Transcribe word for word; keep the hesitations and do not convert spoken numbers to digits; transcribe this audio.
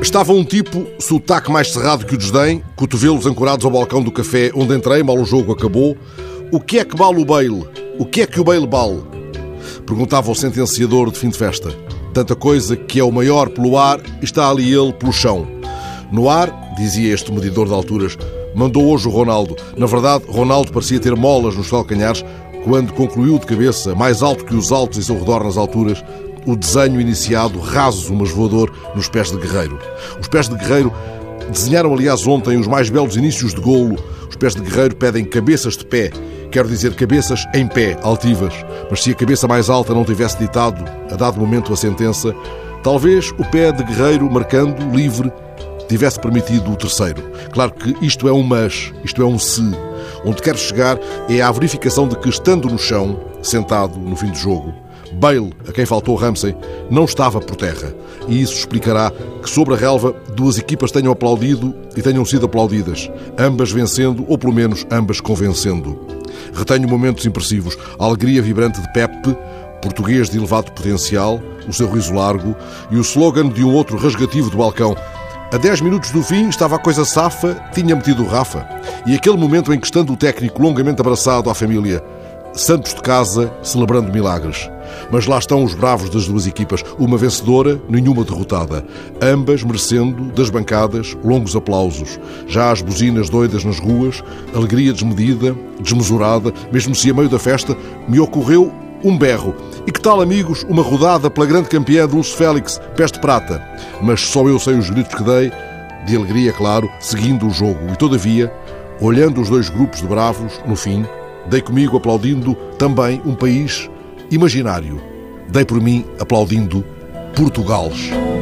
Estava um tipo, sotaque mais cerrado que o desdém, cotovelos ancorados ao balcão do café onde entrei, mal o jogo acabou. O que é que vale o Bale? O que é que o Bale vale? Perguntava o sentenciador de fim de festa. Tanta coisa que é o maior pelo ar e está ali ele pelo chão. No ar, dizia este medidor de alturas, mandou hoje o Ronaldo. Na verdade, Ronaldo parecia ter molas nos calcanhares quando concluiu de cabeça, mais alto que os altos em seu redor nas alturas, o desenho iniciado, raso, mas voador, nos pés de Guerreiro. Os pés de Guerreiro desenharam, aliás, ontem os mais belos inícios de golo. Os pés de Guerreiro pedem cabeças de pé, quero dizer cabeças em pé, altivas. Mas se a cabeça mais alta não tivesse ditado, a dado momento, a sentença, talvez o pé de Guerreiro, marcando, livre, tivesse permitido o terceiro. Claro que isto é um mas, isto é um se. Onde quero chegar é à verificação de que, estando no chão, sentado no fim do jogo, Bale, a quem faltou Ramsey, não estava por terra. E isso explicará que sobre a relva duas equipas tenham aplaudido e tenham sido aplaudidas, ambas vencendo, ou pelo menos ambas convencendo. Retenho momentos impressivos, a alegria vibrante de Pepe, português de elevado potencial, o seu riso largo e o slogan de um outro rasgativo do balcão. A dez minutos do fim estava a coisa safa, tinha metido o Rafa. E aquele momento em que, estando o técnico longamente abraçado à família, santos de casa, celebrando milagres. Mas lá estão os bravos das duas equipas, uma vencedora, nenhuma derrotada. Ambas merecendo, das bancadas, longos aplausos. Já as buzinas doidas nas ruas, alegria desmedida, desmesurada, mesmo se a meio da festa me ocorreu um berro. E que tal, amigos, uma rodada pela grande campeã Dulce Félix, pés de prata? Mas só eu sei os gritos que dei, de alegria, claro, seguindo o jogo. E, todavia, olhando os dois grupos de bravos, no fim, dei comigo aplaudindo também um país imaginário. Dei por mim aplaudindo Portugales.